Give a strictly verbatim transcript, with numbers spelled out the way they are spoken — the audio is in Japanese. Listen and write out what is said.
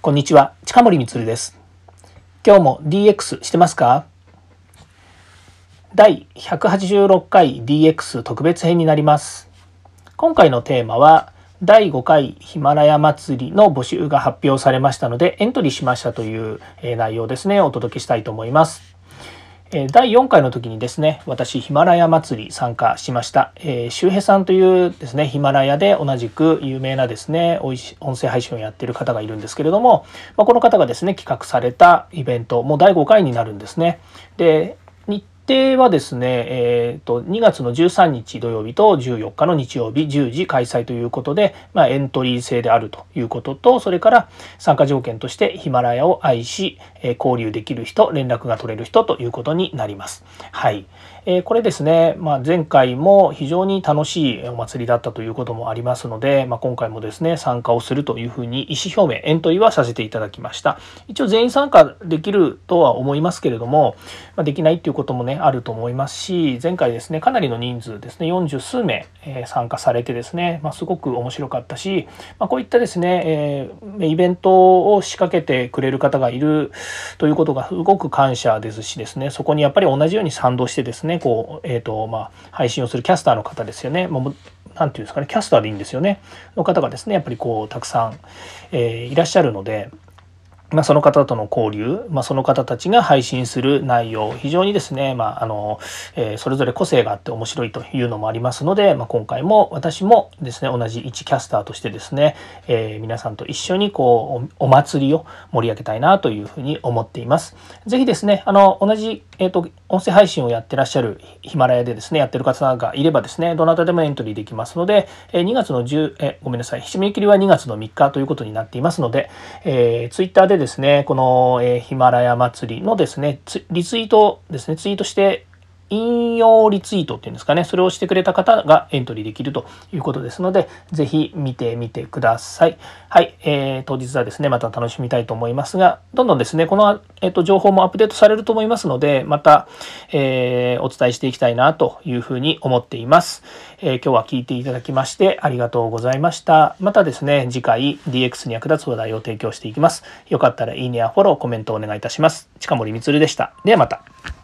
こんにちは、近森光です。今日も ディーエックス してますか？だいひゃくはちじゅうろっかい ディーエックス 特別編になります。今回のテーマはだいごかいヒマラヤ祭りの募集が発表されましたのでエントリーしましたという内容ですね、お届けしたいと思います。だいよんかいの時にですね、私ヒマラヤ祭り参加しました。えー、周平さんというですね、ヒマラヤで同じく有名なですね、音声配信をやっている方がいるんですけれども、まあ、この方がですね、企画されたイベント、もうだいごかいになるんですね。で、日程はですね、えー、とにがつのじゅうさんにち土曜日とじゅうよっかの日曜日じゅうじ開催ということで、まあ、エントリー制であるということと、それから参加条件としてヒマラヤを愛し、え交流できる人、連絡が取れる人ということになります。はい。えー、これですね、まあ、前回も非常に楽しいお祭りだったということもありますので、まあ、今回もですね、参加をするというふうに意思表明、エントリーはさせていただきました。一応全員参加できるとは思いますけれども、まあ、できないっていうこともね、あると思いますし、前回ですね、かなりの人数ですね、よんじゅうすうめい、えー、参加されてですね、まあ、すごく面白かったし、まあ、こういったですね、えー、イベントを仕掛けてくれる方がいるということがすごく感謝ですしですね、そこにやっぱり同じように賛同してですね、こう、えーとまあ、配信をするキャスターの方ですよね、もうなんていうんですかね、キャスターでいいんですよね、の方がですね、やっぱりこうたくさん、えー、いらっしゃるので、まあ、その方との交流、まあ、その方たちが配信する内容、非常にですね、まああのえー、それぞれ個性があって面白いというのもありますので、まあ、今回も私もですね、同じ一キャスターとしてですね、えー、皆さんと一緒にこう お, お祭りを盛り上げたいなというふうに思っています。ぜひですね、あの同じ、えーと、音声配信をやってらっしゃるヒマラヤでですね、やってる方がいればですね、どなたでもエントリーできますので、にがつのじゅう、えごめんなさい、締め切りはにがつのみっかということになっていますので、えー、ツイッターでですね、この、えー、ヒマラヤ祭りのですね、リツイートですね、ツイートして引用リツイートっていうんですかね、それをしてくれた方がエントリーできるということですので、ぜひ見てみてください。はい、えー、当日はですね、また楽しみたいと思いますが、どんどんですね、この、えーと、情報もアップデートされると思いますので、また、えー、お伝えしていきたいなというふうに思っています。えー、今日は聞いていただきましてありがとうございました。またですね、次回 ディーエックス に役立つ話題を提供していきます。よかったらいいねやフォロー、コメントをお願いいたします。近森光でした。ではまた。